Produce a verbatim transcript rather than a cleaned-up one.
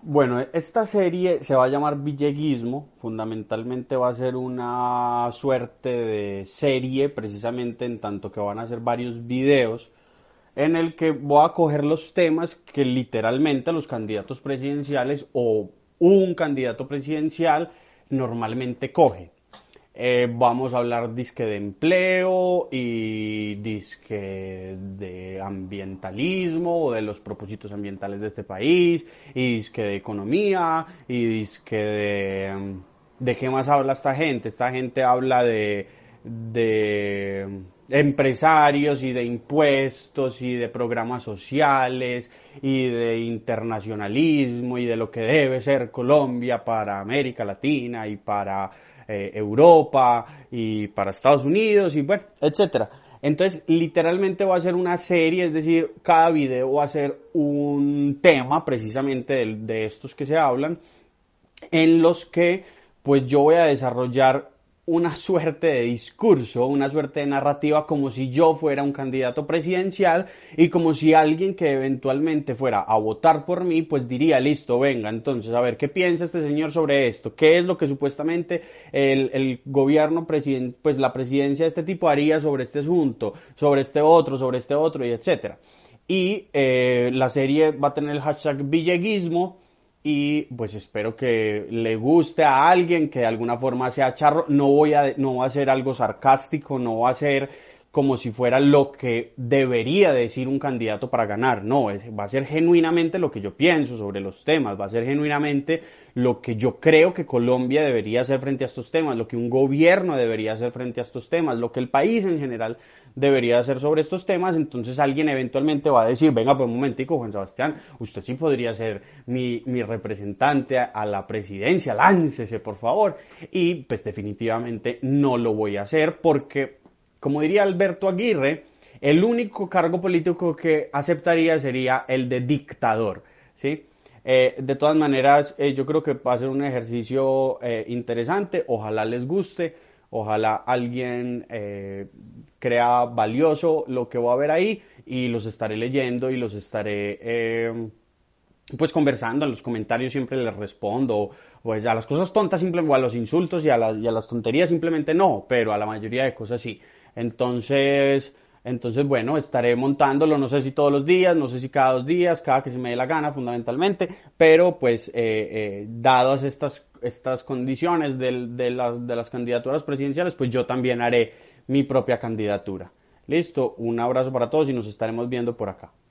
Bueno, esta serie se va a llamar Villeguismo, fundamentalmente va a ser una suerte de serie, precisamente en tanto que van a ser varios videos, en el que voy a coger los temas que literalmente los candidatos presidenciales o un candidato presidencial normalmente coge. Eh, vamos a hablar disque de empleo y disque de ambientalismo o de los propósitos ambientales de este país y disque de economía y disque de... ¿De qué más habla esta gente? Esta gente habla de, de empresarios y de impuestos y de programas sociales y de internacionalismo y de lo que debe ser Colombia para América Latina y para eh, Europa y para Estados Unidos y bueno, etcétera. Entonces, literalmente va a ser una serie, es decir, cada video va a ser un tema precisamente de, de estos que se hablan, en los que pues yo voy a desarrollar una suerte de discurso, una suerte de narrativa como si yo fuera un candidato presidencial y como si alguien que eventualmente fuera a votar por mí, pues diría, listo, venga, entonces, a ver, ¿qué piensa este señor sobre esto? ¿Qué es lo que supuestamente el, el gobierno, presiden pues la presidencia de este tipo haría sobre este asunto, sobre este otro, sobre este otro y etcétera? Y eh, la serie va a tener el hashtag Villeguismo y pues espero que le guste a alguien, que de alguna forma sea charro. No voy a, no va a ser algo sarcástico, no va a ser como si fuera lo que debería decir un candidato para ganar. No, es, va a ser genuinamente lo que yo pienso sobre los temas, va a ser genuinamente lo que yo creo que Colombia debería hacer frente a estos temas, lo que un gobierno debería hacer frente a estos temas, lo que el país en general debería hacer sobre estos temas. Entonces alguien eventualmente va a decir, venga, pues un momentico, Juan Sebastián, usted sí podría ser mi, mi representante a, a la presidencia, láncese, por favor. Y pues definitivamente no lo voy a hacer porque, como diría Alberto Aguirre, el único cargo político que aceptaría sería el de dictador, ¿sí? Eh, de todas maneras, eh, yo creo que va a ser un ejercicio eh, interesante, ojalá les guste, ojalá alguien eh, crea valioso lo que va a ver ahí y los estaré leyendo y los estaré eh, pues conversando en los comentarios, siempre les respondo, pues a las cosas tontas simplemente, o a los insultos y a, las, y a las tonterías simplemente no, pero a la mayoría de cosas sí. Entonces, entonces bueno, estaré montándolo, no sé si todos los días, no sé si cada dos días, cada que se me dé la gana fundamentalmente, pero pues eh, eh, dadas estas, estas condiciones del, de, las, de las candidaturas presidenciales, pues yo también haré mi propia candidatura. Listo, un abrazo para todos y nos estaremos viendo por acá.